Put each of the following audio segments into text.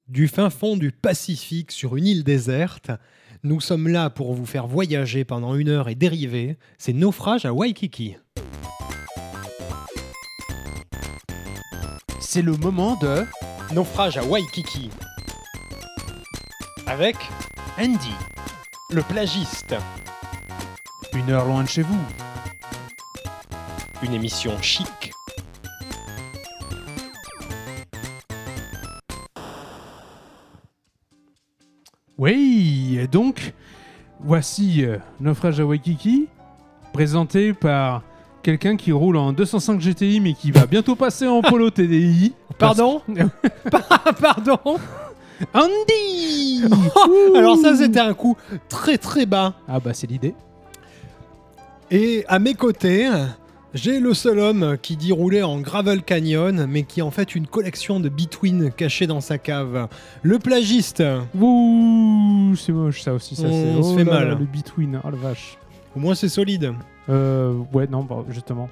Du fin fond du Pacifique sur une île déserte, nous sommes là pour vous faire voyager pendant 1 heure et dériver. C'est Naufrage à Waikiki. C'est le moment de Naufrage à Waikiki. Avec Andy. le plagiste. 1 heure loin de chez vous. Une émission chic. Oui, et donc, voici Naufrage à Waikiki, présenté par quelqu'un qui roule en 205 GTI mais qui va bientôt passer en Polo TDI. Pardon Pardon Andy. Alors ça, c'était un coup très très bas. Ah bah c'est l'idée. Et à mes côtés, j'ai le seul homme qui dit rouler en Gravel Canyon, mais qui est en fait une collection de Between cachée dans sa cave. Le plagiste. Ouh, c'est moche ça aussi. Ça, On c'est... se fait là mal. là, le between, oh la vache. Au moins c'est solide. Ouais, non, bah, justement.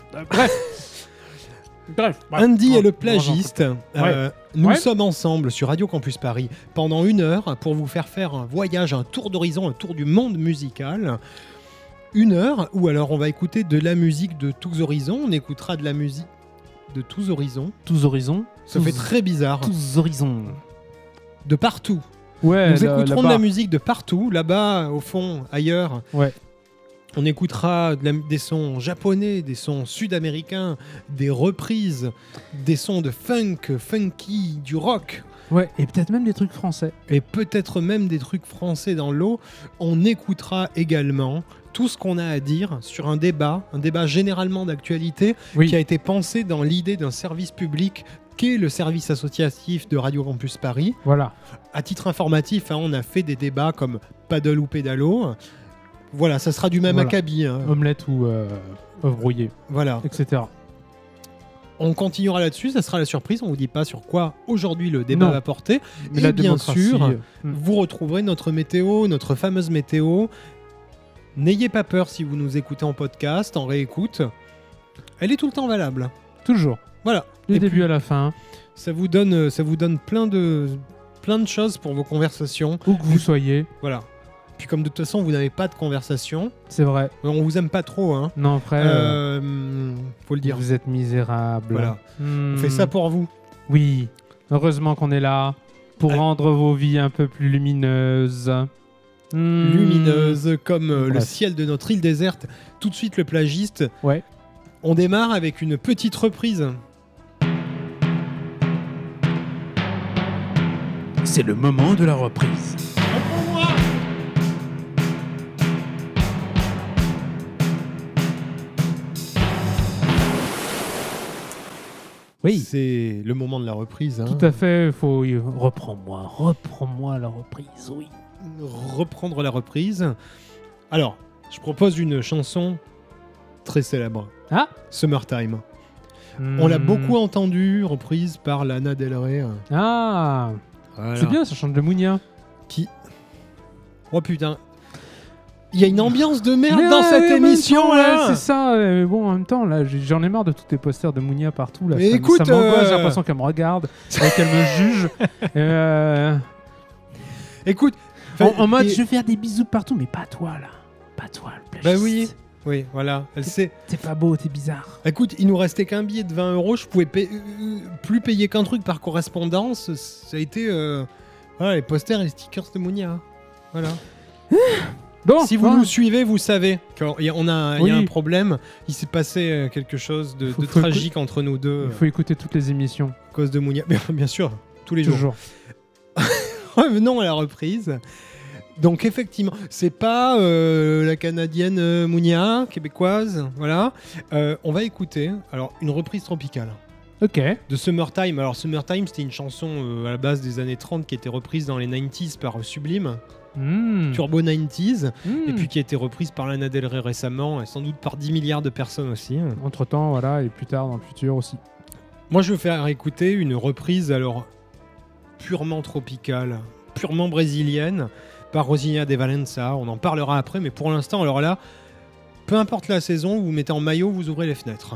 Bref. Andy Ouais, est le plagiste. Ouais. Nous Ouais. sommes ensemble sur Radio Campus Paris pendant 1 heure pour vous faire un voyage, un tour d'horizon, un tour du monde musical. 1 heure où alors on va écouter de la musique de tous horizons. On écoutera de la musique de tous horizons. Tous horizons. Ça fait très bizarre. Tous horizons. De partout. Ouais, Nous écouterons de là-bas. la musique de partout, là-bas, au fond, ailleurs. Ouais. On écoutera des sons japonais, des sons sud-américains, des reprises, des sons de funk, funky, du rock, Ouais, et peut-être même des trucs français. et peut-être même des trucs français dans l'eau. On écoutera également tout ce qu'on a à dire sur un débat généralement d'actualité Oui. qui a été pensé dans l'idée d'un service public qu'est le service associatif de Radio Campus Paris. Voilà. À titre informatif, on a fait des débats comme Paddle ou Pédalo. Voilà, ça sera du même Voilà. acabit. Omelette ou œuf brouillé, Voilà. etc. On continuera là-dessus, ça sera la surprise. On vous dit pas sur quoi aujourd'hui le débat Non. va porter. Mais Et la bien démocratie, sûr, hmm. vous retrouverez notre météo, notre fameuse météo. N'ayez pas peur si vous nous écoutez en podcast, en réécoute. Elle est tout le temps valable. Toujours. Voilà. Du Et début puis, à la fin, ça vous donne plein de choses pour vos conversations. où que vous soyez, Voilà. Puis comme de toute façon, vous n'avez pas de conversation, c'est vrai. on vous aime pas trop, hein. Non, après, Faut le dire. vous êtes misérable. Voilà. On fait ça pour vous. Oui. Heureusement qu'on est là pour Ah. rendre vos vies un peu plus lumineuses. Lumineuse comme le Bref. ciel de notre île déserte. Tout de suite le plagiste. Ouais. On démarre avec une petite reprise. C'est le moment de la reprise. Oui. C'est le moment de la reprise. Hein. Tout à fait, faut reprends-moi la reprise, oui. Reprendre la reprise. Alors, je propose une chanson très célèbre. Ah. Summertime. On l'a beaucoup entendue, reprise par Lana Del Rey. Ah, Voilà. c'est bien, ça chante de Mounia. Qui... Oh putain. Il y a une ambiance de merde Mais dans ouais, cette ouais, émission en même temps, là. ouais, c'est ça, mais bon, en même temps, là, j'en ai marre de tous tes posters de Mounia partout. Là, Mais ça, écoute, ça m'angoisse, j'ai l'impression qu'elle me regarde et qu'elle me juge. Écoute. En mode, et- je vais faire des bisous partout, mais pas toi, là. Pas toi, le plagiste. Bah oui. Oui, voilà. Elle sait. T'es pas beau, t'es bizarre. Écoute, il nous restait qu'un billet de 20 €. Je pouvais plus payer qu'un truc par correspondance. Ça a été voilà, les posters et les stickers de Mounia. Voilà. Bon, Si vous hein, nous suivez, vous savez qu'il y a Oui. un problème. Il s'est passé quelque chose de Faut tragique entre nous deux il faut écouter toutes les émissions. à cause de Mounia. Bien sûr, tous les jours. Toujours. Revenons à la reprise. Donc effectivement, c'est pas la canadienne Mounia, québécoise, voilà. On va écouter alors une reprise tropicale Ok. de Summertime. Alors Summertime, c'était une chanson à la base des années 30 qui était reprise dans les 90s par Sublime, Mmh. Turbo 90s, Mmh. et puis qui a été reprise par Lana Del Rey récemment, et sans doute par 10 milliards de personnes aussi. Entre-temps, voilà, et plus tard dans le futur aussi. Moi, je vais faire écouter une reprise alors purement tropicale, purement brésilienne, par Rosinha de Valença. On en parlera après, mais pour l'instant, alors là, peu importe la saison, vous vous mettez en maillot, vous ouvrez les fenêtres.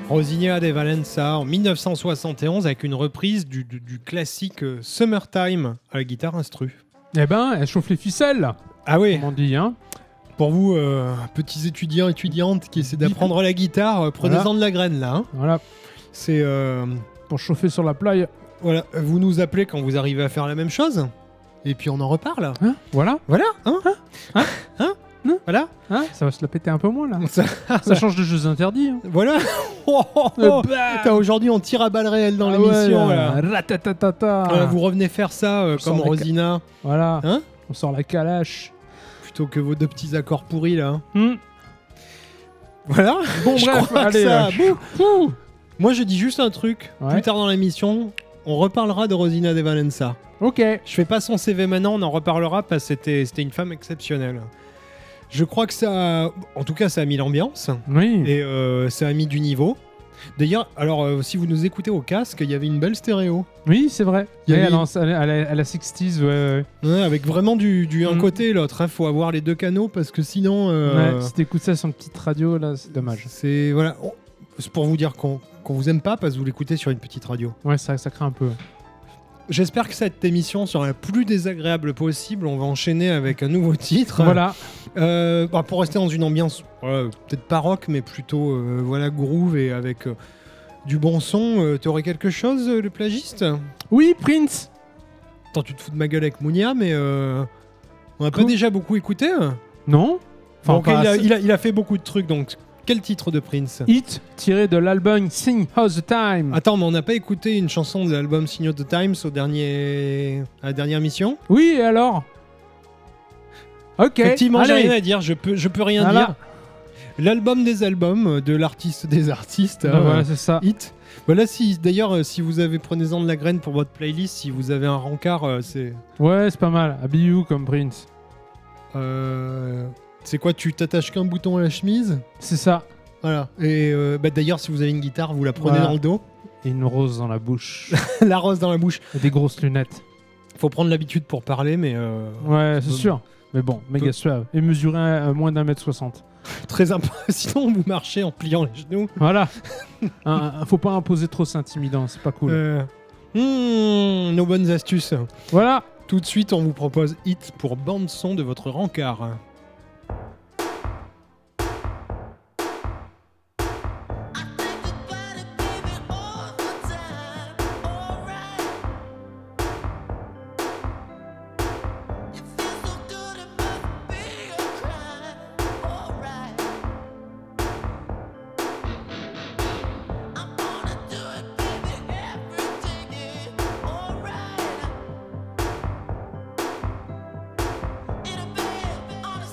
Rosinia de Valença en 1971 avec une reprise du classique Summertime à la guitare instru. Eh ben, elle chauffe les ficelles, Ah oui, comme on dit, hein. pour vous, petits étudiants, étudiantes qui essaient d'apprendre la guitare, prenez-en de la graine là. Hein. Voilà, C'est pour chauffer sur la plage. voilà, vous nous appelez quand vous arrivez à faire la même chose, et puis on en reparle. Hein, voilà, Voilà, hein, Hein voilà, hein, ça va se la péter un peu moins, là. Ça- Ça change de jeux interdits, hein. voilà. Oh, oh, oh. Bam. Putain, aujourd'hui on tire à balles réelles dans Ah l'émission. ouais, là. ratatatata. Voilà, vous revenez faire ça sort comme la ca- Rosina, Voilà, hein, on sort la calache. plutôt que vos deux petits accords pourris là. Hmm. Voilà. Bon, Je bref, crois que allez. ça- Ouh. Moi je dis juste un truc. Ouais. Plus tard dans l'émission, on reparlera de Rosina de Valença. Ok. Je fais pas son CV maintenant, on en reparlera parce que c'était une femme exceptionnelle. Je crois que ça, en tout cas, ça a mis l'ambiance Oui. et ça a mis du niveau. D'ailleurs, alors si vous nous écoutez au casque, il y avait une belle stéréo. Oui, c'est vrai. Il y Ouais, avait- à la 60s, ouais. Ouais, avec vraiment du un Mm. côté et l'autre. Faut avoir les deux canaux parce que sinon, Ouais, si t'écoutes ça sur une petite radio, là, c'est dommage. c'est voilà. C'est pour vous dire qu'on vous aime pas parce que vous l'écoutez sur une petite radio. Ouais, ça craint un peu. J'espère que cette émission sera la plus désagréable possible. On va enchaîner avec un nouveau titre. Voilà. Pour rester dans une ambiance peut-être pas rock, mais plutôt voilà groove et avec du bon son. T'aurais quelque chose, le plagiste? Oui, Prince. Attends, tu te fous de ma gueule avec Mounia, mais on n'a pas Cool. déjà beaucoup écouté. Non. Enfin, ok, pas assez. il a fait beaucoup de trucs, donc quel titre de Prince? Hit tiré de l'album Sing How's the Time. Attends, mais on n'a pas écouté une chanson de l'album Sign of the Times à la dernière mission? Oui, et alors? Ok. Effectivement, j'ai allez. rien à dire, je peux rien Voilà. dire. L'album des albums de l'artiste des artistes. Bah, voilà, c'est ça. Hit. Voilà, d'ailleurs, si vous avez prenez-en de la graine pour votre playlist, si vous avez un rencard, Ouais, c'est pas mal. Habillez-vous comme Prince. c'est quoi, tu t'attaches qu'un bouton à la chemise? C'est ça. Voilà. Et d'ailleurs, si vous avez une guitare, vous la prenez Voilà. dans le dos, Et une rose dans la bouche. la rose dans la bouche. Et des grosses lunettes. Faut prendre l'habitude pour parler, mais Ouais, c'est Bon. sûr. Mais bon, méga suave. Et mesurer moins d'1m60. très important. Sinon, vous marchez en pliant les genoux. Voilà. Faut pas imposer trop, c'est intimidant, c'est pas cool. Nos bonnes astuces. Voilà. Tout de suite, on vous propose Hit pour bande son de votre rencard. In a bed, on a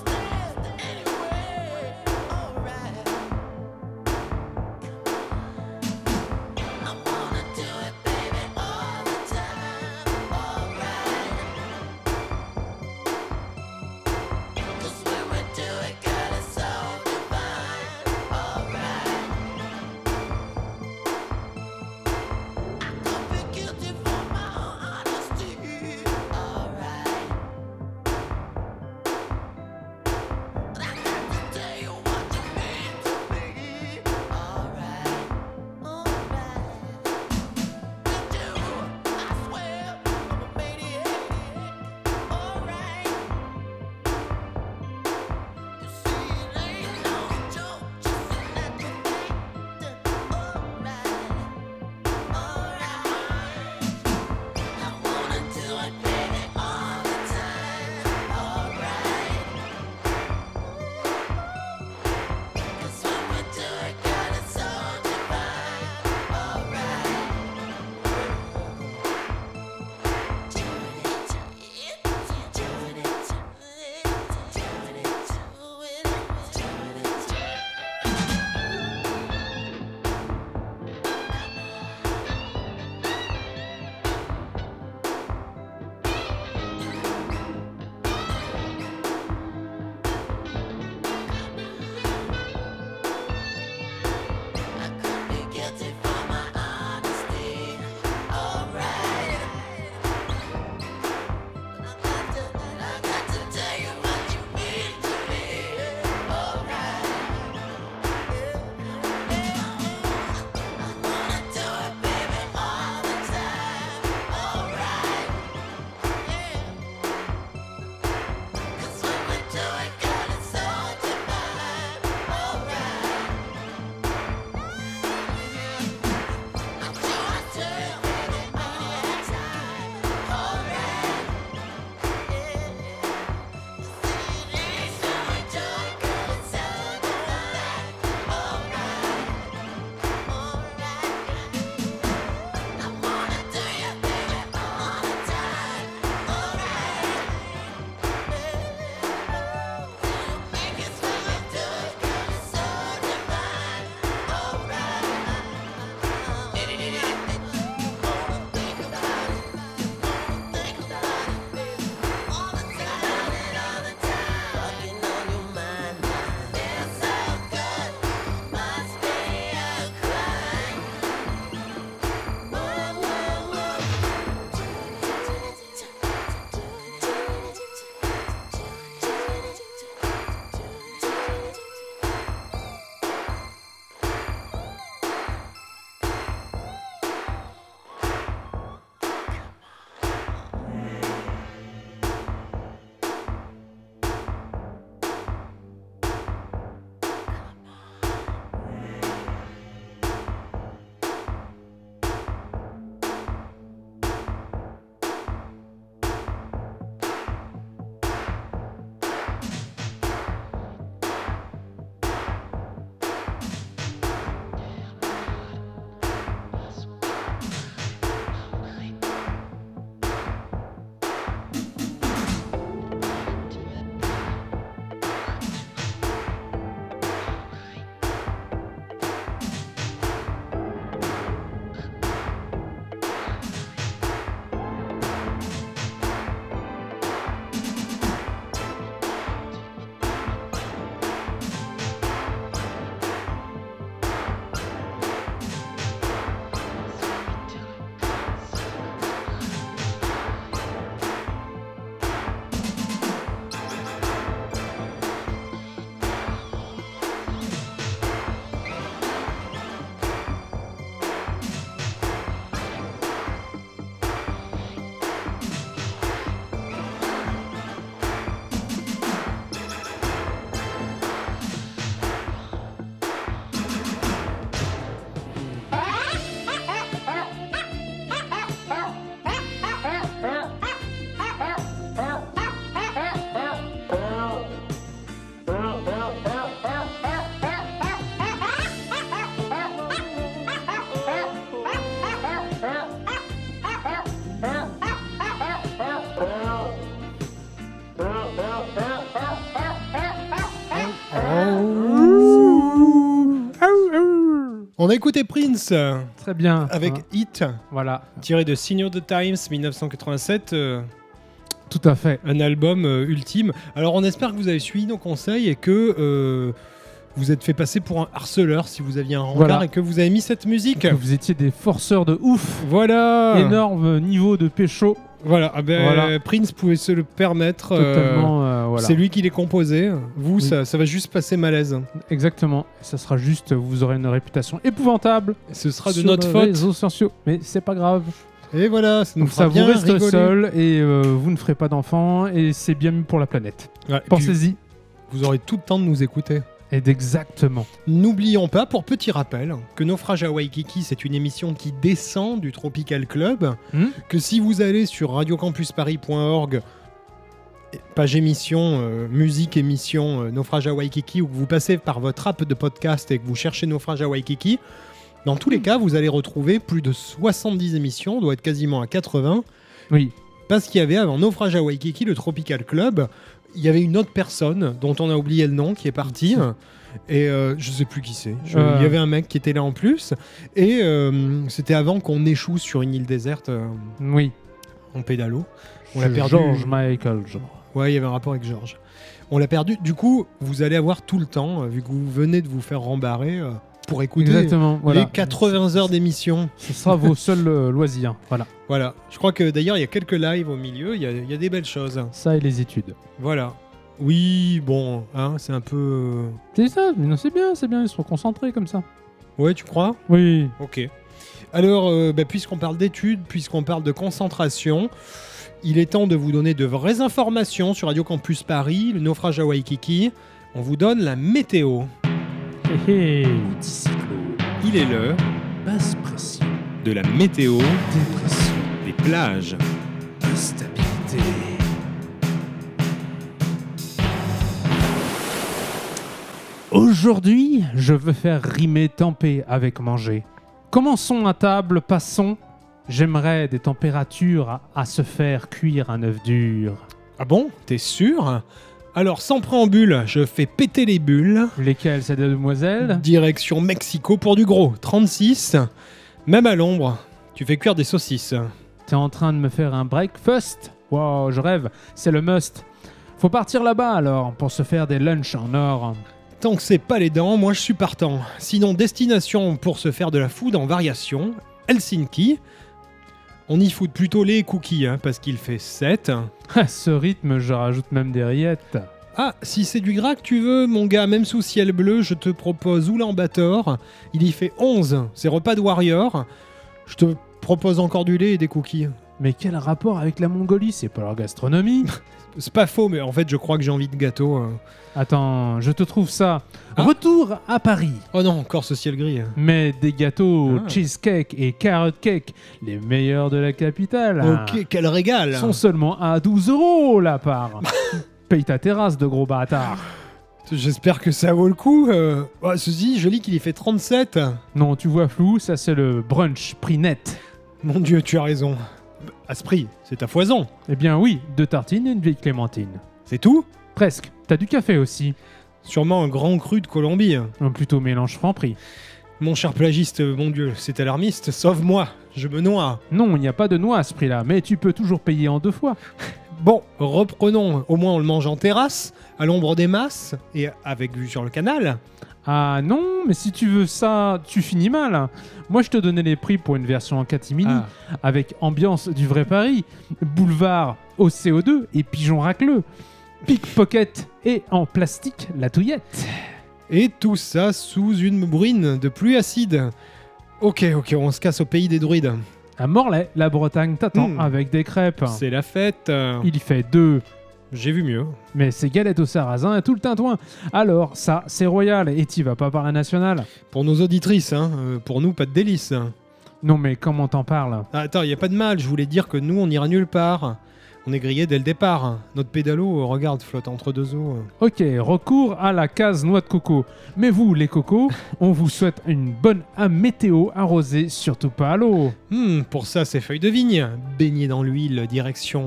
On a écouté Prince Très bien. avec Hit, Voilà, tiré de Sign of the Times 1987, tout à fait. un album ultime. Alors on espère que vous avez suivi nos conseils et que vous êtes fait passer pour un harceleur si vous aviez un rencard Voilà. et que vous avez mis cette musique. Que vous étiez des forceurs de ouf. Voilà. Énorme niveau de pécho. Voilà. Ah ben, Voilà. Prince pouvait se le permettre. Totalement, voilà. C'est lui qui les composé. Vous, Oui. ça va juste passer malaise. Exactement. Ça sera juste, vous aurez une réputation épouvantable. Ce sera de sur notre les faute. réseaux sociaux. Mais c'est pas grave. Et voilà, ça nous Comme fera ça, vous bien resterez rigoler. seul et vous ne ferez pas d'enfants et c'est bien mieux pour la planète. Ouais, et puis, Pensez-y. vous aurez tout le temps de nous écouter. Et d'exactement. N'oublions pas, pour petit rappel, que Naufrage à Waikiki, c'est une émission qui descend du Tropical Club. Que si vous allez sur radiocampusparis.org, page émission, musique émission Naufrage à Waikiki, ou que vous passez par votre app de podcast et que vous cherchez Naufrage à Waikiki, dans tous les cas, vous allez retrouver plus de 70 émissions, on doit être quasiment à 80, Oui. parce qu'il y avait avant Naufrage à Waikiki, le Tropical Club, il y avait une autre personne dont on a oublié le nom qui est partie. Et je sais plus qui c'est. Il y avait un mec qui était là en plus. Et c'était avant qu'on échoue sur une île déserte Oui. en pédalo. On l'a perdu. George Michael. Ouais, il y avait un rapport avec George. On l'a perdu. Du coup, vous allez avoir tout le temps, vu que vous venez de vous faire rembarrer, pour écouter Exactement. Voilà. les 80 heures d'émission. Ce sera vos seuls loisirs. Voilà. Voilà. Je crois que d'ailleurs, il y a quelques lives au milieu. Il y a des belles choses. Ça et les études. Voilà. Oui, bon, hein, c'est un peu... C'est ça. Mais non, c'est bien. Ils sont concentrés comme ça. Ouais, tu crois ? Oui. Ok. Alors, puisqu'on parle d'études, puisqu'on parle de concentration, il est temps de vous donner de vraies informations sur Radio Campus Paris, le naufrage à Waikiki. On vous donne la météo. Hé hé. Anticyclone, Il est l'heure basse pression, de la météo dépression, des plages. instabilité. Aujourd'hui, je veux faire rimer tempé avec manger. Commençons à table, passons. J'aimerais des températures à se faire cuire un œuf dur. Ah bon ? T'es sûr ? Alors, sans préambule, je fais péter les bulles. Lesquelles, ces demoiselles ? Direction Mexico pour du gros. 36. Même à l'ombre, tu fais cuire des saucisses. T'es en train de me faire un breakfast ? Wow, je rêve, c'est le must. Faut partir là-bas alors, pour se faire des lunchs en or. Tant que c'est pas les dents, moi je suis partant. Sinon, destination pour se faire de la food en variation, Helsinki. On y fout plutôt les cookies, hein, parce qu'il fait 7. À ce rythme, je rajoute même des rillettes. Ah, si c'est du gras que tu veux, mon gars, même sous ciel bleu, je te propose Oulan-Bator. Il y fait 11, c'est repas de warrior. Je te propose encore du lait et des cookies. Mais quel rapport avec la Mongolie ? C'est pas leur gastronomie. C'est pas faux, mais en fait, je crois que j'ai envie de gâteau. Attends, je te trouve ça. Ah. Retour à Paris. Oh non, encore ce ciel gris. Mais des gâteaux Ah. cheesecake et carrot cake, les meilleurs de la capitale, Ok, quel régal. sont seulement à 12 € la part. Paye ta terrasse de gros bâtard. J'espère que ça vaut le coup. Ceci, je lis qu'il y fait 37. Non, tu vois flou, ça c'est le brunch prix net. Mon Dieu, tu as raison. À ce prix, c'est à foison. Eh bien oui, 2 tartines et une vieille clémentine. C'est tout ? Presque. T'as du café aussi. Sûrement un grand cru de Colombie. Plutôt mélange franc-prix. Mon cher plagiste, mon Dieu, c'est alarmiste. Sauve-moi, je me noie. Non, il n'y a pas de noix à ce prix-là, mais tu peux toujours payer en 2 fois. Bon, reprenons. Au moins, on le mange en terrasse, à l'ombre des masses et avec vue sur le canal. Ah non, mais si tu veux ça, tu finis mal. Moi, je te donnais les prix pour une version en catimini, Ah. avec ambiance du vrai Paris, boulevard au CO2 et pigeon racleux, pickpocket et en plastique la touillette. Et tout ça sous une bruine de pluie acide. Ok, on se casse au pays des druides. À Morlaix, la Bretagne t'attend avec des crêpes. C'est la fête. Il y fait 2, J'ai vu mieux. mais c'est galettes au sarrasin et tout le tintouin. Alors, ça, c'est royal et t'y vas pas par la nationale. Pour nos auditrices, hein, pour nous, pas de délice. Non mais comment t'en parles ? Ah, attends, y a pas de mal, je voulais dire que nous, on ira nulle part. On est grillé dès le départ. Notre pédalo, regarde, flotte entre deux eaux. Ok, recours à la case noix de coco. Mais vous, les cocos, on vous souhaite une bonne météo arrosée, surtout pas à l'eau. Pour ça, c'est feuilles de vigne. Baignées dans l'huile, direction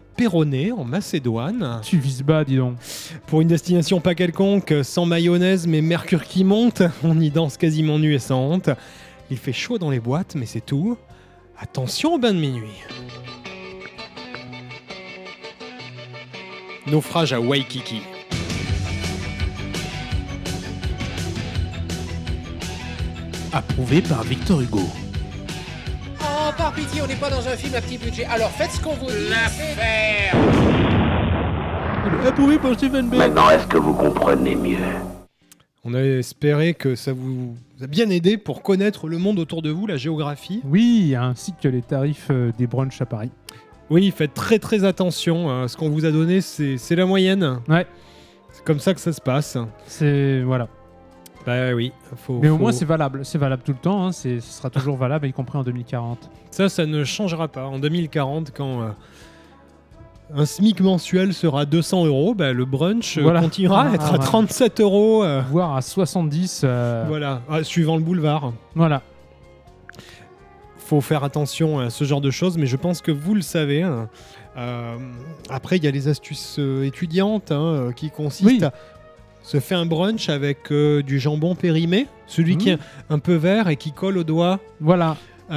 Péroné, en Macédoine, Tu vises bas, dis donc. pour une destination pas quelconque, sans mayonnaise mais mercure qui monte. On y danse quasiment nu et sans honte. Il fait chaud dans les boîtes, mais c'est tout. Attention au bain de minuit. Naufrage à Waikiki. Approuvé par Victor Hugo. Oh, par pitié, on n'est pas dans un film à petit budget. Alors faites ce qu'on vous dit. L'affaire. Approuvé par Stephen Bell. Maintenant, est-ce que vous comprenez mieux? On a espéré que ça vous a bien aidé pour connaître le monde autour de vous, la géographie. Oui, ainsi que les tarifs des brunchs à Paris. Oui, faites très très attention. Ce qu'on vous a donné, c'est la moyenne. Ouais. C'est comme ça que ça se passe. C'est... Voilà. Bah oui. Mais au moins, c'est valable. C'est valable tout le temps. Hein. Ce sera toujours valable, y compris en 2040. Ça ne changera pas. En 2040, quand un SMIC mensuel sera 200 €, bah, le brunch Voilà. continuera à être à 37 €. Voire à 70. Voilà, suivant le boulevard. Voilà. Faut faire attention à ce genre de choses, mais je pense que vous le savez. Hein. Après, il y a les astuces étudiantes qui consistent Oui. à se faire un brunch avec du jambon périmé, celui qui est un peu vert et qui colle au doigt, Voilà.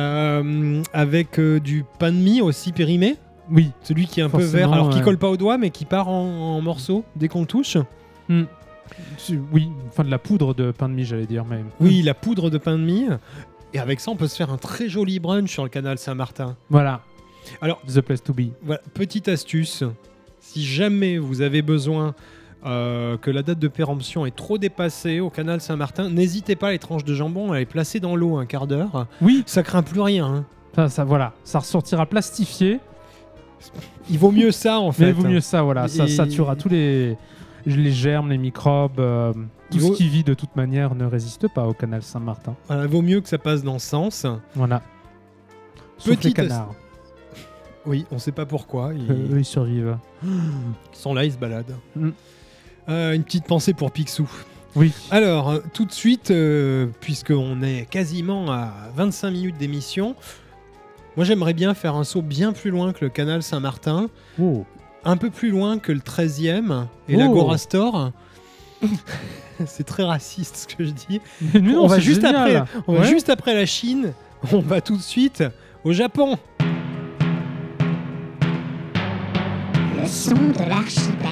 avec du pain de mie aussi périmé, Oui. celui qui est un peu Forcément, vert, alors qui ouais. colle pas au doigt, mais qui part en morceaux dès qu'on le touche. Oui. Enfin, de la poudre de pain de mie, j'allais dire. Mais... Oui, la poudre de pain de mie. Et avec ça, on peut se faire un très joli brunch sur le canal Saint-Martin. Voilà. Alors, The place to be. voilà, petite astuce. Si jamais vous avez besoin que la date de péremption est trop dépassée au canal Saint-Martin, n'hésitez pas, les tranches de jambon, à les placer dans l'eau un quart d'heure. Oui. Ça craint plus rien. Hein. Voilà. Ça ressortira plastifié. Il vaut mieux ça, en fait. Mais il vaut mieux ça, voilà. Ça Et- tuera tous les germes, les microbes. Tout Il vaut- ce qui vit de toute manière ne résiste pas au canal Saint-Martin. Voilà, vaut mieux que ça passe dans ce sens. Voilà. Sauf les Petite canards. Oui, on sait pas pourquoi. Eux, ils survivent. Ils sont là, ils se baladent. Mm. Une petite pensée pour Picsou. Oui. Alors, tout de suite, puisqu'on est quasiment à 25 minutes d'émission, moi j'aimerais bien faire un saut bien plus loin que le canal Saint-Martin, Oh. un peu plus loin que le 13e et Oh. l'Agora Store. C'est très raciste ce que je dis. Mais non, on va c'est juste génial. après, on va Ouais. juste après la Chine, on va tout de suite au Japon. Le son de l'archipel.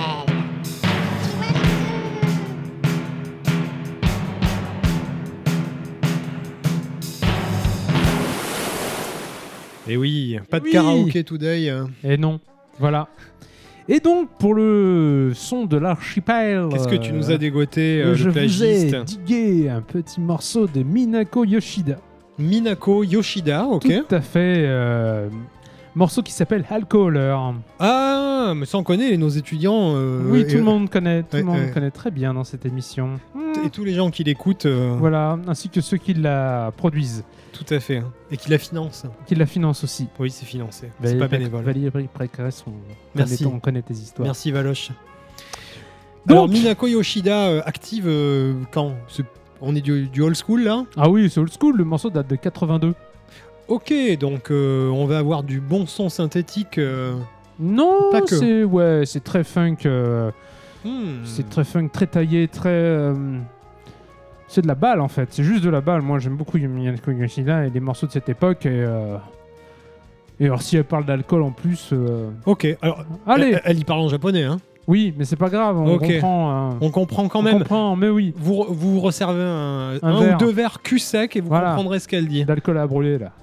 Et oui, pas de Oui. karaoké today. Et non. Voilà. Et donc, pour le son de l'archipel... Qu'est-ce que tu nous as dégoté, je le vous plagiste ai digué un petit morceau de Minako Yoshida. Minako Yoshida, ok. Tout à fait. Morceau qui s'appelle Alcoholer. Ah, mais ça on connaît, nos étudiants. Oui, tout le monde connaît. Tout le ouais, monde ouais. connaît très bien dans cette émission. Et tous les gens qui l'écoutent, Voilà, ainsi que ceux qui la produisent, tout à fait. Hein. Et qui la financent. qui la financent aussi. Oui, c'est financé. C'est pas bénévole. Valérie Précresse, Merci. on connaît tes histoires. Merci Valoche. Donc- Alors Minako Yoshida active quand on est du old school là. Ah oui, c'est old school, le morceau date de 82. Ok, donc on va avoir du bon son synthétique. Non, Pas que. c'est très funk. Hmm. C'est très funk, très taillé, très. C'est de la balle en fait. C'est juste de la balle. Moi, j'aime beaucoup Minako Yoshida et les morceaux de cette époque. Et alors, si elle parle d'alcool en plus. Ok, alors Allez. elle y parle en japonais. Hein. Oui, mais c'est pas grave. On Ok. comprend. On comprend quand on même. comprend, mais oui. Vous resservez un verre. ou deux verres cul sec et vous Voilà. comprendrez ce qu'elle dit. D'alcool à brûler là.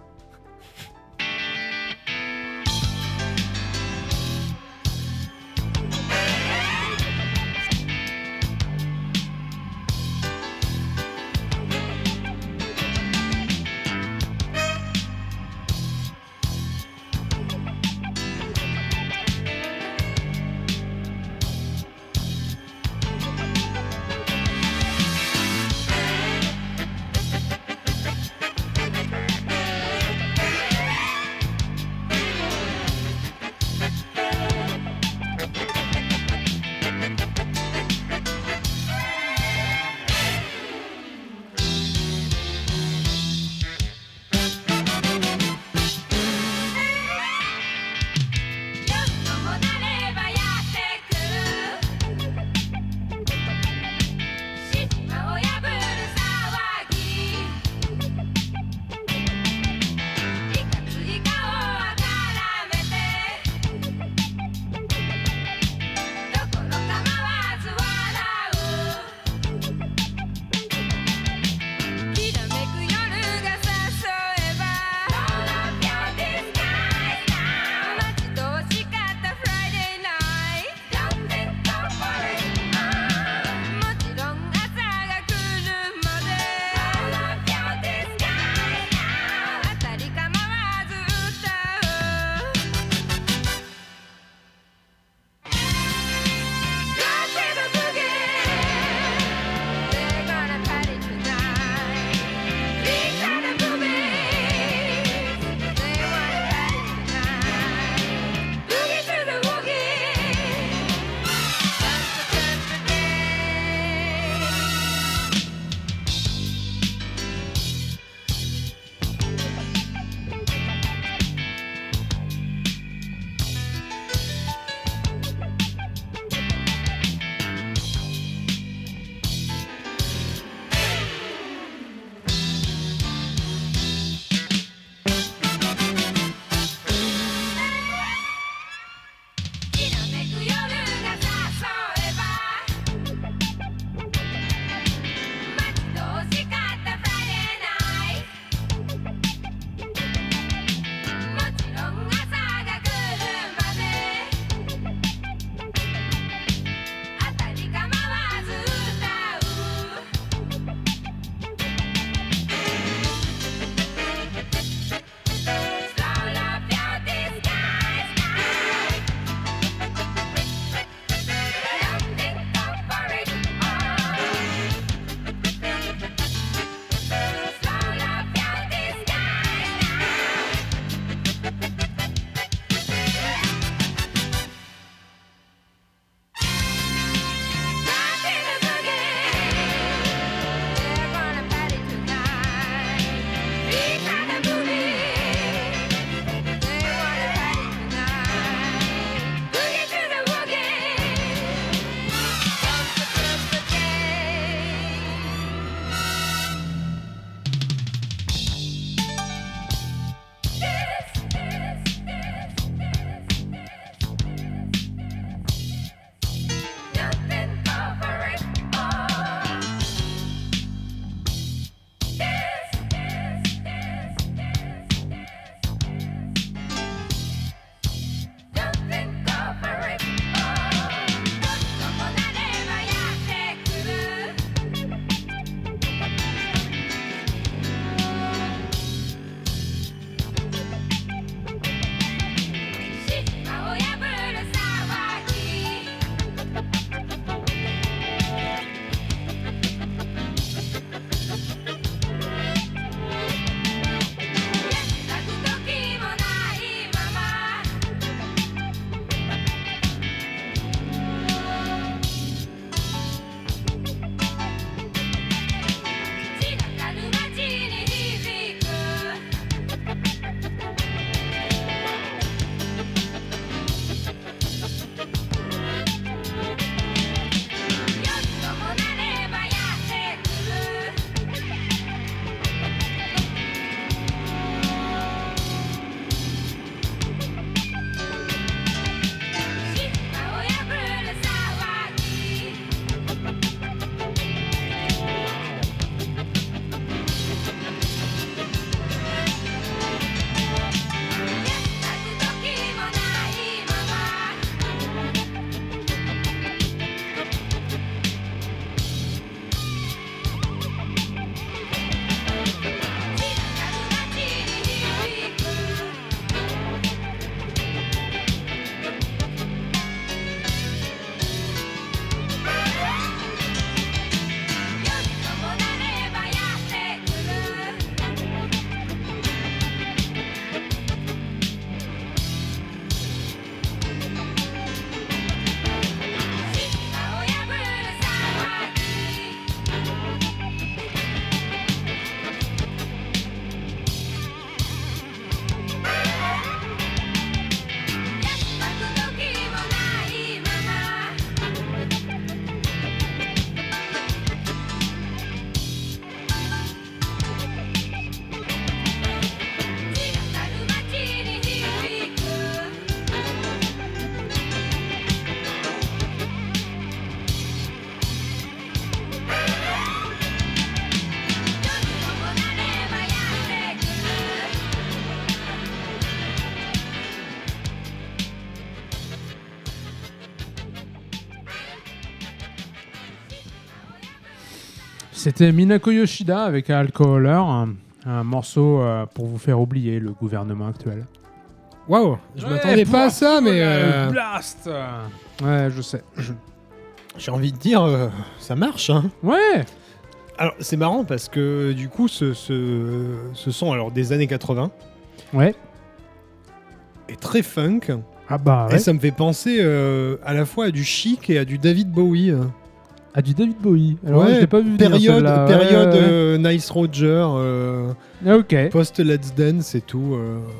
C'était Minako Yoshida avec Alcoholer, un morceau pour vous faire oublier le gouvernement actuel. Waouh, je m'attendais pas à ça, mais Blast. Ouais, je sais. j'ai envie de dire, ça marche. Hein. Ouais. Alors, c'est marrant parce que du coup, ce son alors, des années 80 Ouais. est très funk. Ah bah Et ouais. ça me fait penser à la fois à du Chic et à du David Bowie. Ah, du David Bowie. Alors, Ouais, je l'ai pas vu venir, période celle-là. période Ouais. Nice Roger, Ah, ok. post Let's Dance et tout.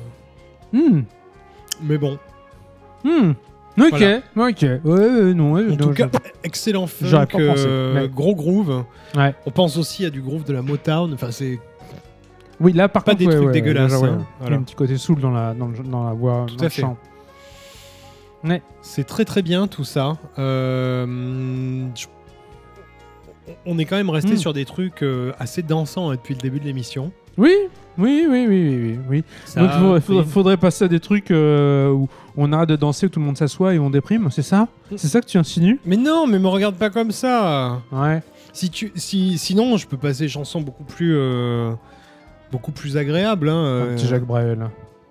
Mais bon, Ok, Voilà. ok. Ouais, non. Ouais, en non, tout cas, je- excellent J'aurais funk, pas pensé, mais- gros groove. Ouais. On pense aussi à du groove de la Motown. Enfin, c'est Oui, là, par Pas contre, des trucs ouais, dégueulasses, déjà, ouais. hein, Il y a voilà. un petit côté soul dans la voix, Tout dans à le fait. chant. C'est très très bien tout ça. On est quand même resté sur des trucs assez dansants depuis le début de l'émission. Oui. Ça, Donc, faudrait passer à des trucs où on arrête de danser, où tout le monde s'assoit et on déprime, c'est ça? C'est ça que tu insinues? Mais non, mais me regarde pas comme ça. Ouais. Sinon, je peux passer des chansons beaucoup plus agréables. Hein, Un petit Jacques Brel.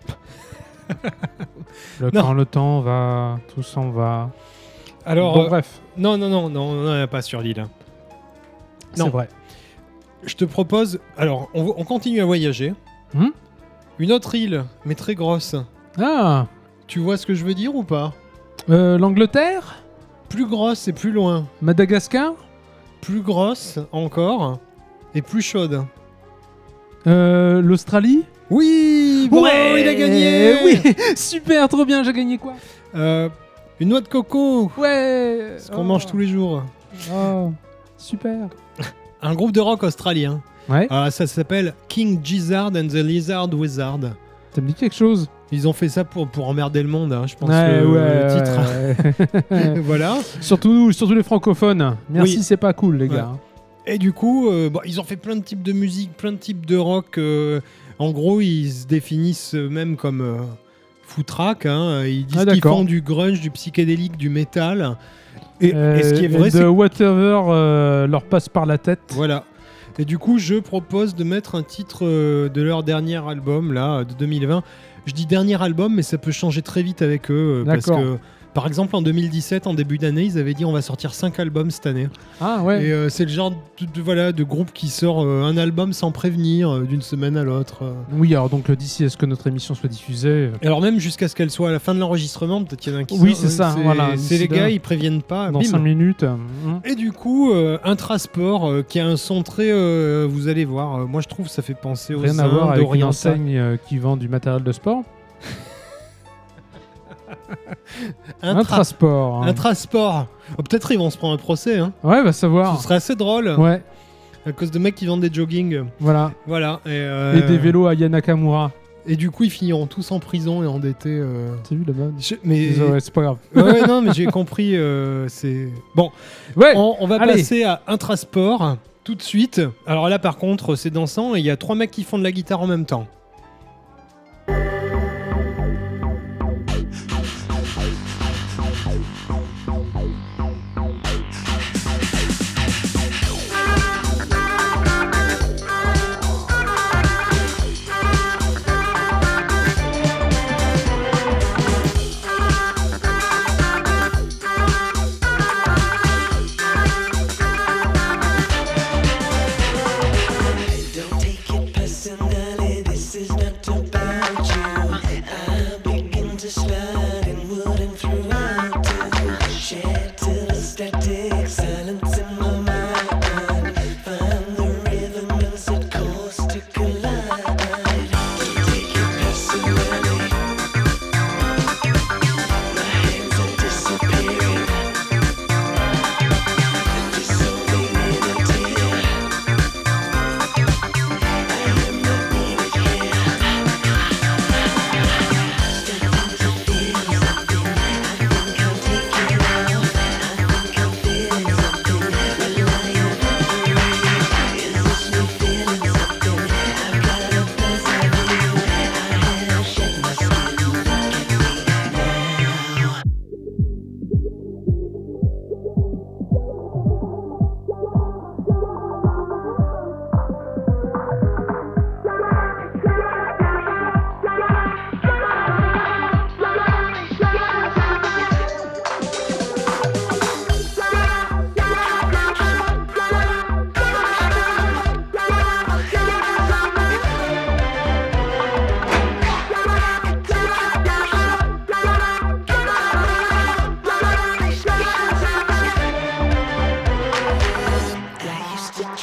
Non. Quand le temps va, tout s'en va. Alors, Bon, bref, non, on n'en a pas sur l'île. hein. c'est non. vrai. Je te propose. Alors, on continue à voyager. Hmm Une autre île, mais très grosse. Ah, Tu vois ce que je veux dire ou pas? l'Angleterre? Plus grosse et plus loin. Madagascar? Plus grosse encore et plus chaude. L'Australie? Oui, bravo, il a gagné. Oui, super, trop bien, j'ai gagné quoi? Une noix de coco, Ouais. ce qu'on mange tous les jours. Oh, super. Un groupe de rock australien. Ouais. Ça s'appelle King Gizzard and the Lizard Wizard. Ça me dit quelque chose? Ils ont fait ça pour emmerder le monde, hein, je pense. Le titre. Ouais. Voilà. surtout les francophones. Merci, Oui. c'est pas cool, les Ouais. gars. Et du coup, ils ont fait plein de types de musique, plein de types de rock. En gros, ils se définissent eux-mêmes comme footrack. Hein. Ils disent qu'ils d'accord. font du grunge, du psychédélique, du métal. Et ce qui est vrai, The c'est whatever leur passe par la tête. voilà. Et du coup, je propose de mettre un titre de leur dernier album, là, de 2020. Je dis dernier album, mais ça peut changer très vite avec eux. Parce D'accord. que, par exemple, en 2017, en début d'année, ils avaient dit on va sortir 5 albums cette année. Ah ouais. Et c'est le genre de groupe qui sort un album sans prévenir d'une semaine à l'autre. Oui, alors donc d'ici à ce que notre émission soit diffusée. Et alors même jusqu'à ce qu'elle soit à la fin de l'enregistrement, peut-être qu'il y en a un qui Oui, sort, c'est ça, voilà, C'est d'ici les là. gars, ils préviennent pas. Dans bim. 5 minutes. Et du coup, Intrasport, qui a un son très... vous allez voir, moi je trouve ça fait penser aux Rien à voir Indes avec une orientales. enseigne qui vend du matériel de sport. Intra- Intrasport. hein. Intrasport. Oh, peut-être ils vont se prendre un procès. Hein. Ouais, va savoir. Ce serait assez drôle. Ouais, À cause de mecs qui vendent des jogging. voilà. Voilà. Et des vélos à Yanakamura. Et du coup, ils finiront tous en prison et endettés. T'as vu là-bas? Mais... Ouais, c'est pas grave. ouais, non, mais j'ai compris. C'est... Bon, Ouais. on va allez. passer à Intrasport tout de suite. Alors là, par contre, c'est dansant et il y a 3 mecs qui font de la guitare en même temps. Don't take it personally, this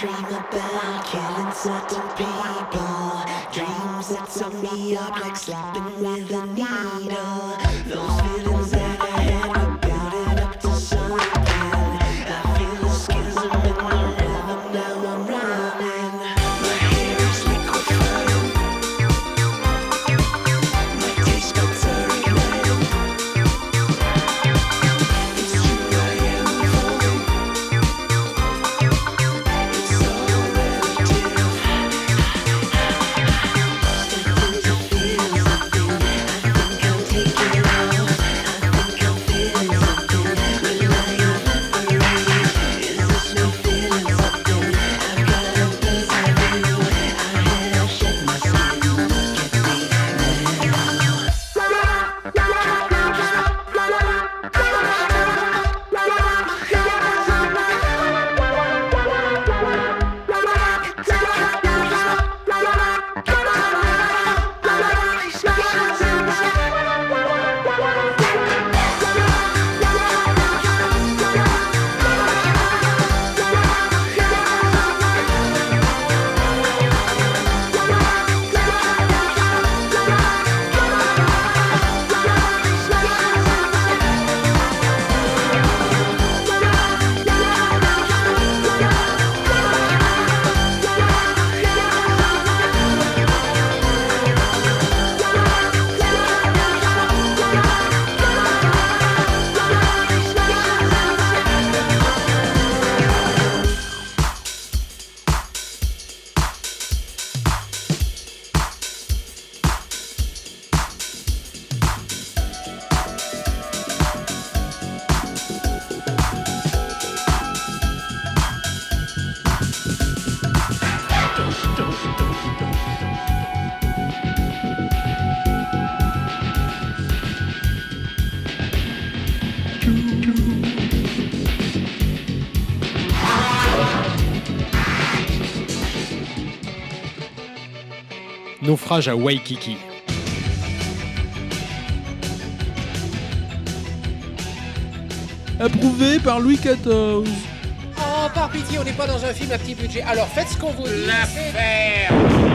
dream about killing certain people. Dreams that sum me up like sleeping with a needle. Those feelings that I had were building up to something. I feel the schism in my rhythm, now I'm running. My hair is liquefied. My taste buds are ignited. It's true, I am falling. It's all relative. Starting to feel something. I think I'm taking off. I think I'm feeling something. Will I evaporate? Is this me feeling something? I've got a buzz of you. I have shed my skin. Get me Naufrage à Waikiki. Approuvé par Louis XIV. Oh, par pitié, on n'est pas dans un film à petit budget. Alors faites ce qu'on vous dit. L'affaire.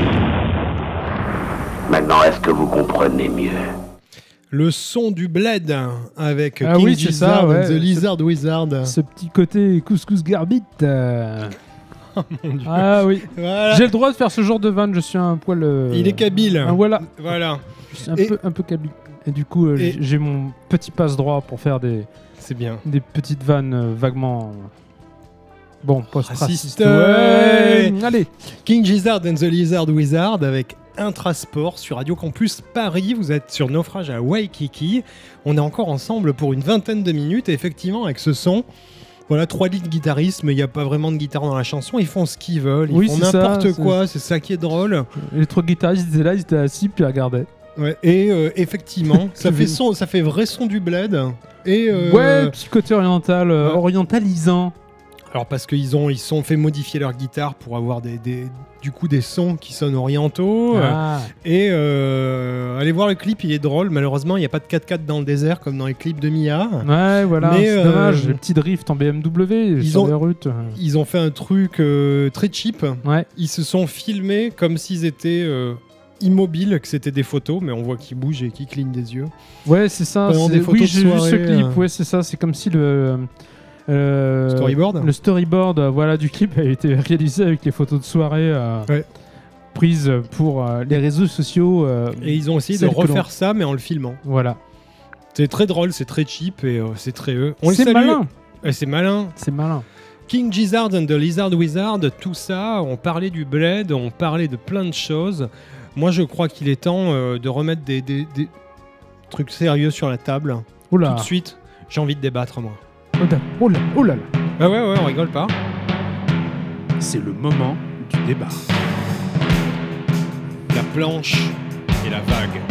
Maintenant, est-ce que vous comprenez mieux? Le son du bled avec Ah King oui, c'est ça, Gizzard ouais. and the Lizard Wizard. Ce petit côté couscous garbit. Oh mon Dieu. Ah oui. Voilà. J'ai le droit de faire ce genre de vanne, je suis un poil. Il est kabyle. Ah, voilà. Voilà, Je suis Et- un peu kabyle. Et du coup, Et- j'ai mon petit passe-droit pour faire des c'est bien. petites vannes vaguement. Bon, post-raciste. Raciste. Ouais. Allez. King Gizzard and the Lizard Wizard avec Intrasport sur Radio Campus Paris. Vous êtes sur Naufrage à Waikiki. On est encore ensemble pour une vingtaine de minutes. Et effectivement, avec ce son, voilà, 3 lits de guitaristes, mais il n'y a pas vraiment de guitare dans la chanson. Ils font ce qu'ils veulent. Ils Oui, font c'est ça, n'importe c'est- quoi. C'est ça qui est drôle. Les trois guitaristes ils étaient là, ils étaient assis, puis ils regardaient. Ouais. Et effectivement, ça fait vrai son du bled. Et Ouais, petit côté oriental, ouais. orientalisant. alors parce qu'ils ils sont fait modifier leur guitare pour avoir du coup des sons qui sonnent orientaux. Ah. Et allez voir le clip, il est drôle. Malheureusement, il n'y a pas de 4x4 dans le désert comme dans les clips de Mia. Ouais, voilà, Mais, c'est dommage. Les petits drifts en BMW sur ont- les routes. Ils ont fait un truc très cheap. Ouais. Ils se sont filmés comme s'ils étaient immobiles, que c'était des photos, mais on voit qu'ils bougent et qu'ils clignent des yeux. Ouais, c'est ça. Vraiment c'est- des photos oui, de j'ai vu ce soirée, clip. Ouais, c'est ça. C'est comme si Storyboard. le storyboard voilà, du clip a été réalisé avec les photos de soirée Ouais. prises pour les réseaux sociaux. Et ils ont essayé de celles que refaire l'on- ça, mais en le filmant. Voilà. C'est très drôle, c'est très cheap et c'est très eux. On les C'est salue. malin. Et c'est malin. C'est malin. King Gizzard and the Lizard Wizard, tout ça, on parlait du bled, on parlait de plein de choses. Moi, je crois qu'il est temps de remettre des trucs sérieux sur la table. Oula. Tout de suite, j'ai envie de débattre, moi. Oh là, oh là là. Ah ouais, on rigole pas. C'est le moment du débat. La planche et la vague.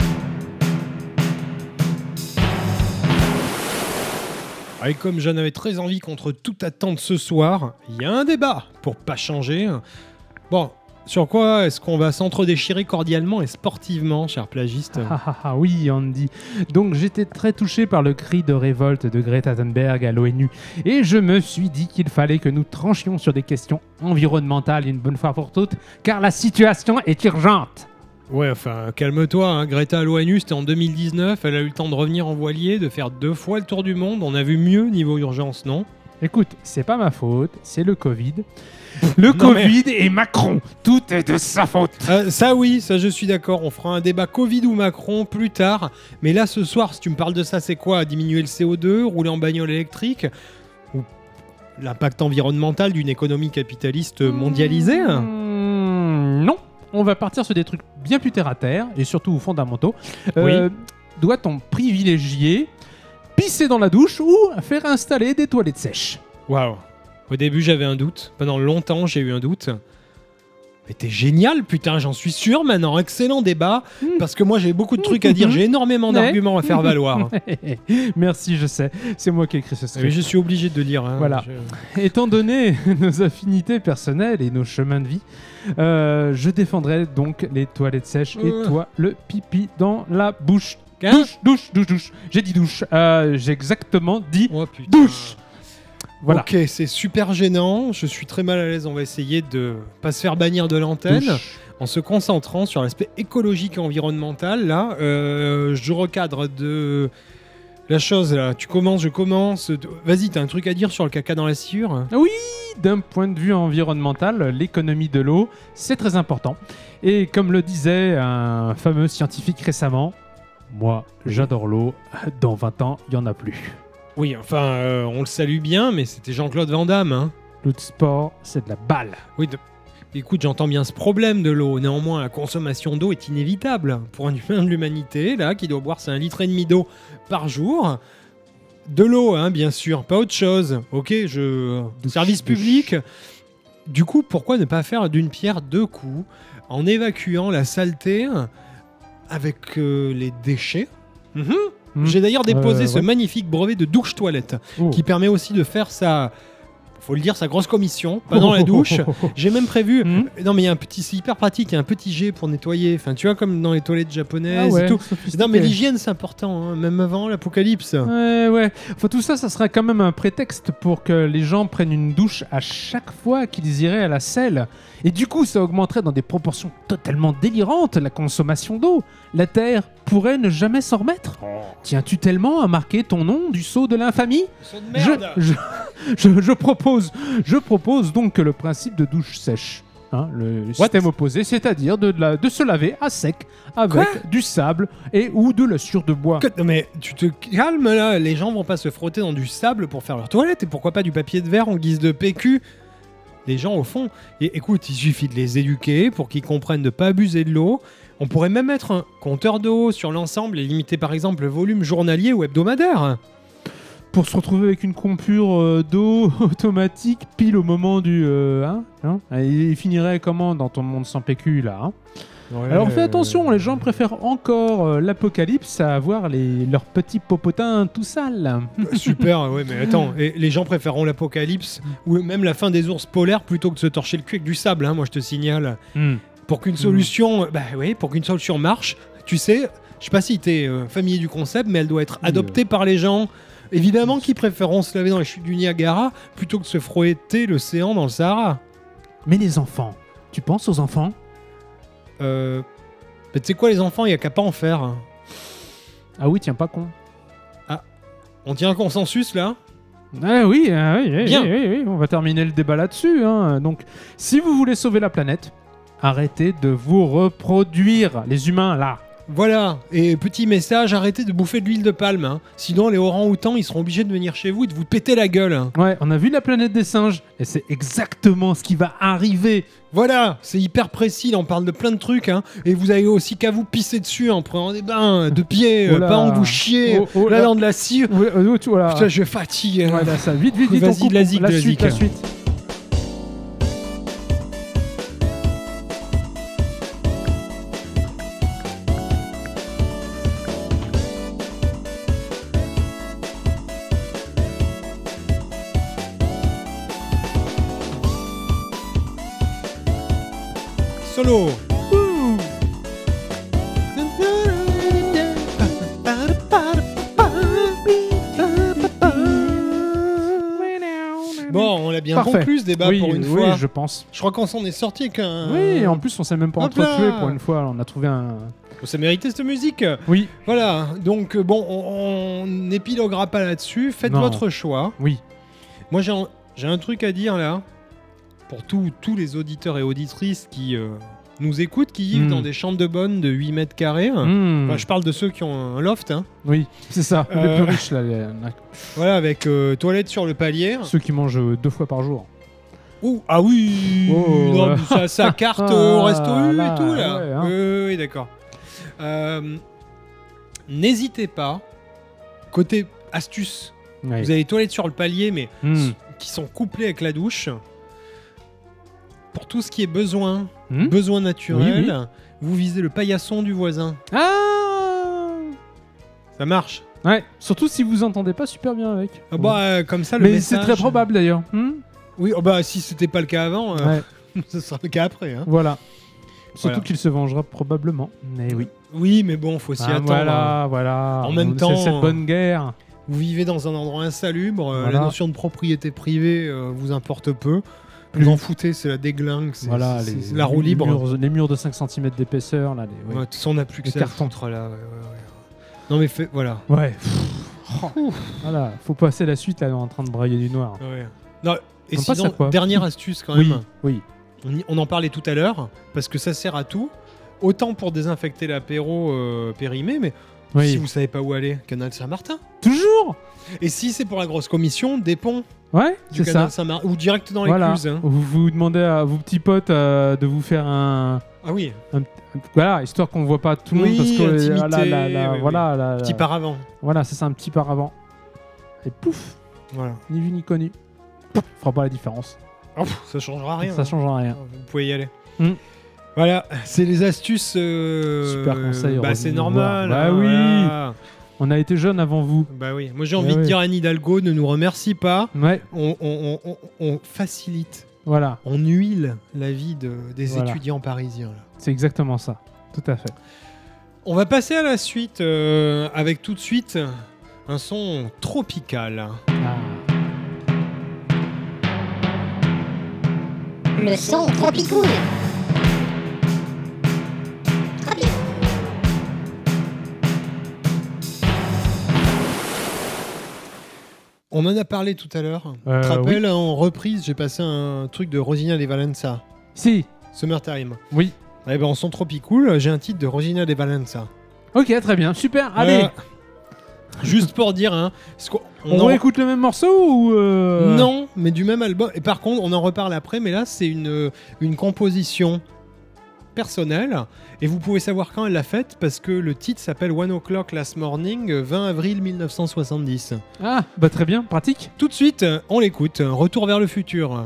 Et comme j'en avais très envie contre toute attente ce soir, il y a un débat pour pas changer. Bon, Sur quoi est-ce qu'on va s'entre-déchirer cordialement et sportivement, cher plagiste? Oui, Andy. Donc j'étais très touché par le cri de révolte de Greta Thunberg à l'ONU et je me suis dit qu'il fallait que nous tranchions sur des questions environnementales une bonne fois pour toutes, car la situation est urgente. Ouais, enfin, calme-toi, hein. Greta à l'ONU, c'était en 2019, elle a eu le temps de revenir en voilier, de faire 2 fois le tour du monde, on a vu mieux niveau urgence, non? Écoute, c'est pas ma faute, c'est le Covid. Le Non, Covid et Macron, tout est de sa faute. Ça oui, ça je suis d'accord, on fera un débat Covid ou Macron plus tard, mais là ce soir, si tu me parles de ça, c'est quoi? Diminuer le CO2, rouler en bagnole électrique? Ou l'impact environnemental d'une économie capitaliste mondialisée? Non, on va partir sur des trucs bien plus terre à terre et surtout fondamentaux. Oui. Doit-on privilégier pisser dans la douche ou faire installer des toilettes sèches? Waouh. Au début, j'avais un doute. Pendant longtemps, j'ai eu un doute. Mais t'es génial, putain, j'en suis sûr maintenant. Excellent débat, parce que moi, j'ai beaucoup de trucs à dire. J'ai énormément d'arguments à faire valoir. Merci, je sais. C'est moi qui ai écrit ce Mais script. je suis obligé de le lire. Hein. Voilà. Étant donné nos affinités personnelles et nos chemins de vie, je défendrai donc les toilettes sèches et toi, le pipi dans la bouche. Hein? Douche. J'ai dit douche. J'ai exactement dit Oh, putain. douche. Voilà. Ok, c'est super gênant. Je suis très mal à l'aise. On va essayer de pas se faire bannir de l'antenne Douche. en se concentrant sur l'aspect écologique et environnemental. Là, je recadre de la chose. Là, tu commences, je commence. Vas-y, t'as un truc à dire sur le caca dans la sciure? Oui, d'un point de vue environnemental, l'économie de l'eau, c'est très important. Et comme le disait un fameux scientifique récemment, moi, j'adore l'eau. Dans 20 ans, il n'y en a plus. Oui, enfin, on le salue bien, mais c'était Jean-Claude Van Damme. Hein. Le sport, c'est de la balle. Oui, écoute, j'entends bien ce problème de l'eau. Néanmoins, la consommation d'eau est inévitable pour un humain de l'humanité, là, qui doit boire 1,5 litre d'eau par jour. De l'eau, hein, bien sûr, pas autre chose. Ok, service public. Du coup, pourquoi ne pas faire d'une pierre deux coups en évacuant la saleté avec les déchets? J'ai d'ailleurs déposé ce magnifique brevet de douche-toilette qui permet aussi de faire sa... Faut le dire, sa grosse commission pendant la douche. J'ai même prévu... Non mais il y a un petit... C'est hyper pratique, il y a un petit jet pour nettoyer. Enfin, tu vois, comme dans les toilettes japonaises et tout. Non mais l'hygiène, c'est important, hein, même avant l'apocalypse. Ouais. Enfin, tout ça, ça serait quand même un prétexte pour que les gens prennent une douche à chaque fois qu'ils iraient à la selle. Et du coup, ça augmenterait dans des proportions totalement délirantes la consommation d'eau. La Terre pourrait ne jamais s'en remettre. Tiens-tu tellement à marquer ton nom du sceau de l'infamie? Je propose donc que le principe de douche sèche, hein, le système opposé, c'est-à-dire de se laver à sec avec du sable et ou de la sciure de bois. Non mais tu te calmes là, les gens vont pas se frotter dans du sable pour faire leur toilette et pourquoi pas du papier de verre en guise de PQ? Les gens au fond, écoute, il suffit de les éduquer pour qu'ils comprennent de pas abuser de l'eau. On pourrait même mettre un compteur d'eau sur l'ensemble et limiter par exemple le volume journalier ou hebdomadaire. Pour se retrouver avec une coupure d'eau automatique pile au moment du... Il finirait comment dans ton monde sans PQ là, hein? Ouais, alors fais attention, les gens préfèrent encore l'apocalypse à avoir leurs petits popotins tout sales. Super, ouais, mais attends, et les gens préféreront l'apocalypse ou même la fin des ours polaires plutôt que de se torcher le cul avec du sable, hein, moi je te signale. Pour qu'une solution, pour qu'une solution marche, tu sais, je sais pas si t'es familier du concept, mais elle doit être adoptée par les gens. Évidemment qu'ils préféreront se laver dans les chutes du Niagara plutôt que de se frotter l'océan dans le Sahara. Mais les enfants, tu penses aux enfants? Tu sais quoi, les enfants, il n'y a qu'à pas en faire. Ah oui, tiens, pas con. Ah, on tient un consensus là? Oui, Bien. Oui, on va terminer le débat là-dessus. Hein. Donc, si vous voulez sauver la planète, arrêtez de vous reproduire, les humains, là. Voilà, et petit message, arrêtez de bouffer de l'huile de palme. Hein. Sinon, les orang-outans, ils seront obligés de venir chez vous et de vous péter la gueule. Hein. Ouais, on a vu la planète des singes, et c'est exactement ce qui va arriver. Voilà, c'est hyper précis, là, on parle de plein de trucs. Hein. Et vous avez aussi qu'à vous pisser dessus en prenant des bains de pied, pas en vous chier, là, dans de la cire. Voilà. Putain, je fatigue. Ouais, là, ça, vite, vas-y, on de la zik, la de la suite, zik. la suite. solo. Bon, on a bien Parfait. conclu ce débat Oui, pour une oui, fois. je pense. Je crois qu'on s'en est sorti avec un... Oui, en plus, on s'est même pas Hop là. entretué pour une fois. On a trouvé un. Ça méritait cette musique. Oui, Voilà, donc bon, on n'épiloguera pas là-dessus. Faites Non. votre choix. oui. Moi, j'ai un truc à dire là, pour tous les auditeurs et auditrices qui nous écoutent, qui vivent Mm. dans des chambres de bonne de 8 mètres carrés. Hmm. Enfin, je parle de ceux qui ont un loft, hein. Oui, c'est ça. Les Euh, plus riches, là, Voilà, avec toilette sur le palier. ceux qui mangent 2 fois par jour. Ouh, ah oui, Oh, non, ouais. mais ça carte Ah, au resto U là, et tout là. ouais, hein. Oui, d'accord. N'hésitez pas. Côté astuce, Ouais. vous avez les toilettes sur le palier, mais Hmm. qui sont couplées avec la douche. Pour tout ce qui est besoin Hmm. naturel, vous visez le paillasson du voisin. Ah Ça marche. Ouais, surtout si vous entendez pas super bien avec. Ah bah, comme ça, le Mais message... c'est très probable d'ailleurs. Hmm. Oui, oh bah, si c'était pas le cas avant, Ouais, ce sera le cas après. Hein. voilà. Surtout Voilà. qu'il se vengera probablement. Mais oui. Oui, mais bon, faut s'y Ah, attendre. hein. voilà, voilà. En même C'est temps, cette bonne guerre. Vous vivez dans un endroit insalubre, Voilà. la notion de propriété privée vous importe peu. Plus. Vous en foutez, c'est la déglingue, c'est Voilà, c'est la roue libre. Les murs de 5 cm d'épaisseur, là. Ouais, de toute façon, on n'a plus que Les ça à cartons. foutre, là. Ouais. Non, mais voilà. Ouais. Voilà, faut passer la suite là, on est en train de brailler du noir. Ouais. Non, et On passe à sinon, quoi dernière astuce quand Oui, même. oui. On en parlait tout à l'heure, parce que ça sert à tout. Autant pour désinfecter l'apéro périmé, mais Oui. si vous savez pas où aller, Canal Saint-Martin. Toujours. Et si c'est pour la grosse commission, des ponts Ouais, du c'est Canal ça. Saint-Martin, ou direct dans Voilà. l'écluse. Hein. Vous demandez à vos petits potes de vous faire un. Ah oui, Voilà, histoire qu'on voit pas tout le monde Oui, parce que intimité, oui, voilà, petit paravent. voilà, c'est ça, un petit paravent. Et pouf, Voilà. ni vu ni connu. Fera pas la différence. Oh, ça changera rien. Ça changera rien. Vous pouvez y aller. Mm. Voilà, c'est les astuces. Super conseil, Bah, c'est revenez nous normal. voir. Bah hein, oui. voilà. On a été jeunes avant vous. Bah oui. Moi j'ai envie de ouais. dire à Anne Hidalgo, ne nous remercie pas. Ouais, On facilite, voilà, on huile la vie des Voilà. étudiants parisiens. Là. c'est exactement ça. Tout à fait. On va passer à la suite avec tout de suite un son tropical. Ah. Le son tropicool. On en a parlé tout à l'heure. Tu Euh, te rappelles, en reprise, j'ai passé un truc de Rosina de Valenza, Si, Summertime. oui. Eh ben, en son tropicool, j'ai un titre de Rosina de Valenza. Ok, très bien, super. Allez, Juste pour dire, hein, parce qu'on- on en- réécoute le même morceau ou Non, mais du même album. Et par contre, on en reparle après, mais là, c'est une composition personnelle. Et vous pouvez savoir quand elle l'a faite, parce que le titre s'appelle One O'Clock Last Morning, 20 avril 1970. Ah, bah très bien, pratique. Tout de suite, on l'écoute. Retour vers le futur.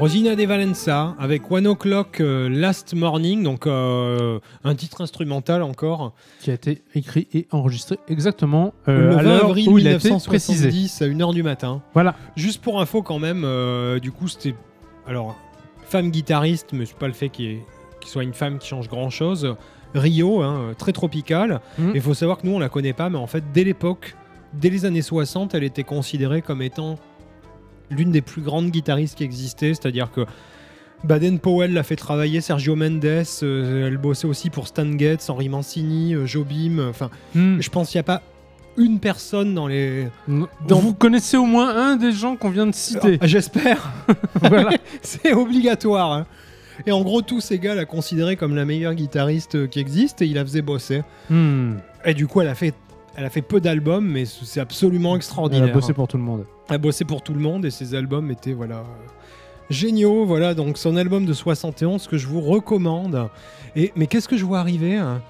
Rosina De Valenza avec One O'Clock Last Morning, donc un titre instrumental encore. Qui a été écrit et enregistré exactement Le à 20 l'heure avril où il a été précisé. 1970 à 1h du matin. Voilà. Juste pour info quand même, du coup c'était... Alors, femme guitariste, mais c'est pas le fait qu'il soit une femme qui change grand-chose. Rio, hein, très tropicale. Mhm. Il faut savoir que nous on la connaît pas, mais en fait dès l'époque, dès les années 60, elle était considérée comme étant l'une des plus grandes guitaristes qui existaient, c'est-à-dire que Baden Powell l'a fait travailler, Sergio Mendes, elle bossait aussi pour Stan Getz, Henry Mancini, Jobim, enfin, je pense qu'il n'y a pas une personne dans les... dans- Vous connaissez au moins un des gens qu'on vient de citer. Ah, j'espère. Voilà. C'est obligatoire. Hein. Et en gros, tous ces gars la considéraient comme la meilleure guitariste qui existe et il la faisait bosser. Et du coup, elle a fait peu d'albums, mais c'est absolument extraordinaire. Elle a bossé pour tout le monde. Elle a bossé pour tout le monde et ses albums étaient géniaux. Voilà, donc son album de 71 que je vous recommande. Mais qu'est-ce que je vois arriver hein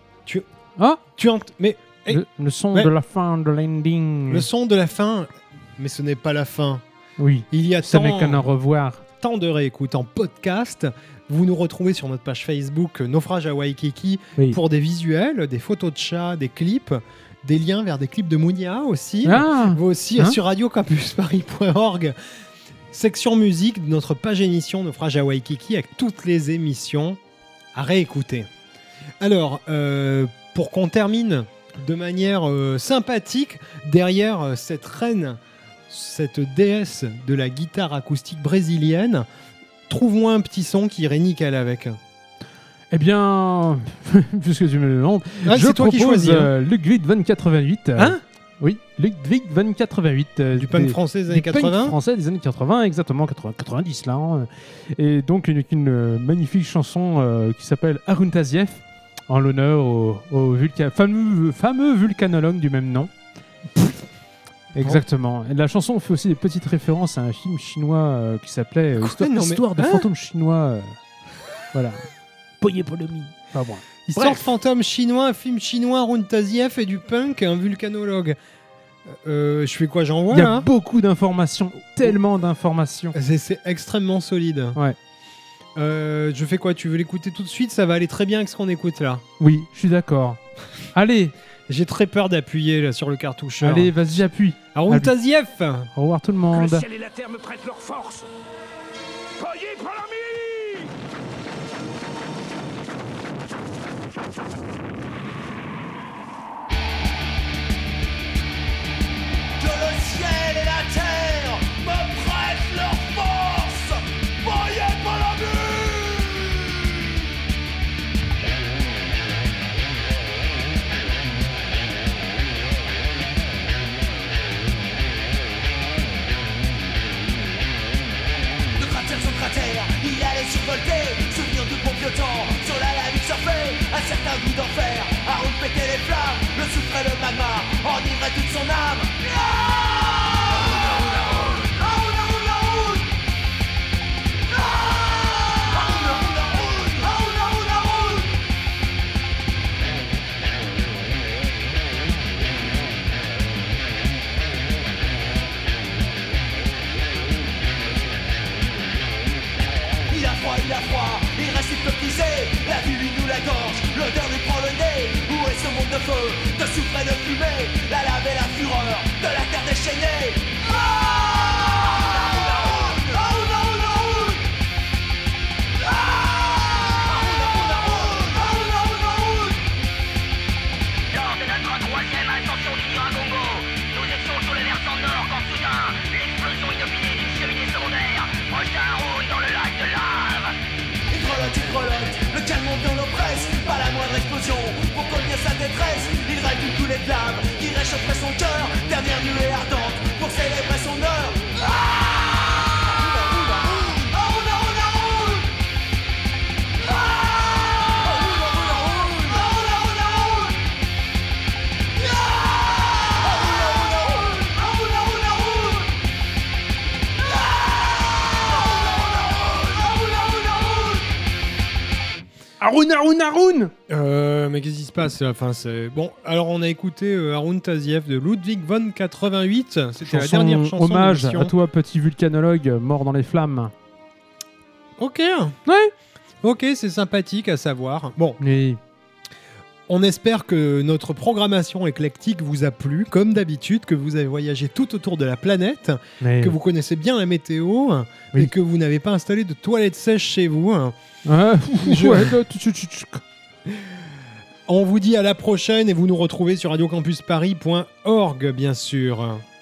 mais Le son Ouais. de la fin de l'ending. le son de la fin, mais ce n'est pas la fin. Oui. Il y a Ça n'est qu'un au revoir. tant de réécoutes en podcast. Vous nous retrouvez sur notre page Facebook Naufrage à Waikiki Oui. pour des visuels, des photos de chats, des clips, des liens vers des clips de Mounia aussi. Ah Vous aussi Hein sur radiocampusparis.org. Section musique de notre page émission Naufrage à Waikiki avec toutes les émissions à réécouter. Alors, pour qu'on termine de manière sympathique, derrière cette reine, cette déesse de la guitare acoustique brésilienne, trouve-moi un petit son qui irait nickel avec. Eh bien, puisque tu me le demandes, Ah, je c'est toi qui propose choisis. Hein Ludwig van 88. Hein Oui, Ludwig van 88. Du punk français des années du punk 80. français des années 80, exactement, 90 là. Hein. Et donc une magnifique chanson qui s'appelle Arun Taziev, en l'honneur au fameux vulcanologue du même nom. Exactement. Et la chanson fait aussi des petites références à un film chinois qui s'appelait Quoi, non, mais- Histoire de hein fantômes chinois. Voilà. Poyé Polomi. Enfin bon. Histoire Bref. de fantôme chinois, un film chinois, Arun Taziev et du punk et un vulcanologue. Je fais quoi, j'envoie Il y a là beaucoup d'informations, tellement d'informations. C'est extrêmement solide. Ouais. Je fais quoi? Tu veux l'écouter tout de suite? Ça va aller très bien avec ce qu'on écoute là. Oui, je suis d'accord. Allez, J'ai très peur d'appuyer là sur le cartoucheur. allez, vas-y, appuie. Arun Allez. Taziev. Au revoir tout le monde. Le ciel et la terre me prêtent leur force. Poyé Polomi! Que le ciel et la terre me prêtent leur force. Voyez pas la De cratère sur cratère, il allait survolter. Souvenir du bon vieux temps, sur la lave il surfait. Un certain goût d'enfer, à péter les flammes. Le soufre et le magma, enivrait toute son âme. Il a froid, il reste hypnotisé. La vue lui noue la gorge, l'odeur lui prend le nez. Où est ce monde de feu, de soufre et de fumée? La lave et la fureur de la terre déchaînée. Lors de notre troisième ascension du Nyiragongo, nous étions sur le versant nord quand soudain, l'explosion inopinée d'une cheminée secondaire projeta un rouille dans le lac de lave. Il grelotte, le calme ambiant l'oppresse. Pas la moindre explosion pour cogner sa détresse. Il rêve d'une coulée de lave qui réchaufferait son cœur. Dernière nuée ardente pour célébrer son heure. Arun Mais qu'est-ce qui se passe là? Enfin, c'est... Bon, alors on a écouté Arun Taziev de Ludwig von 88. C'était la dernière chanson de hommage l'émission. à toi, petit vulcanologue mort dans les flammes. Ok. Ouais. Ok, c'est sympathique à savoir. Bon, Oui. on espère que notre programmation éclectique vous a plu, comme d'habitude, que vous avez voyagé tout autour de la planète, Mais... que vous connaissez bien la météo Oui. et que vous n'avez pas installé de toilettes sèches chez vous. Ouais, Je- ouais, là, On vous dit à la prochaine et vous nous retrouvez sur radiocampusparis.org, bien sûr.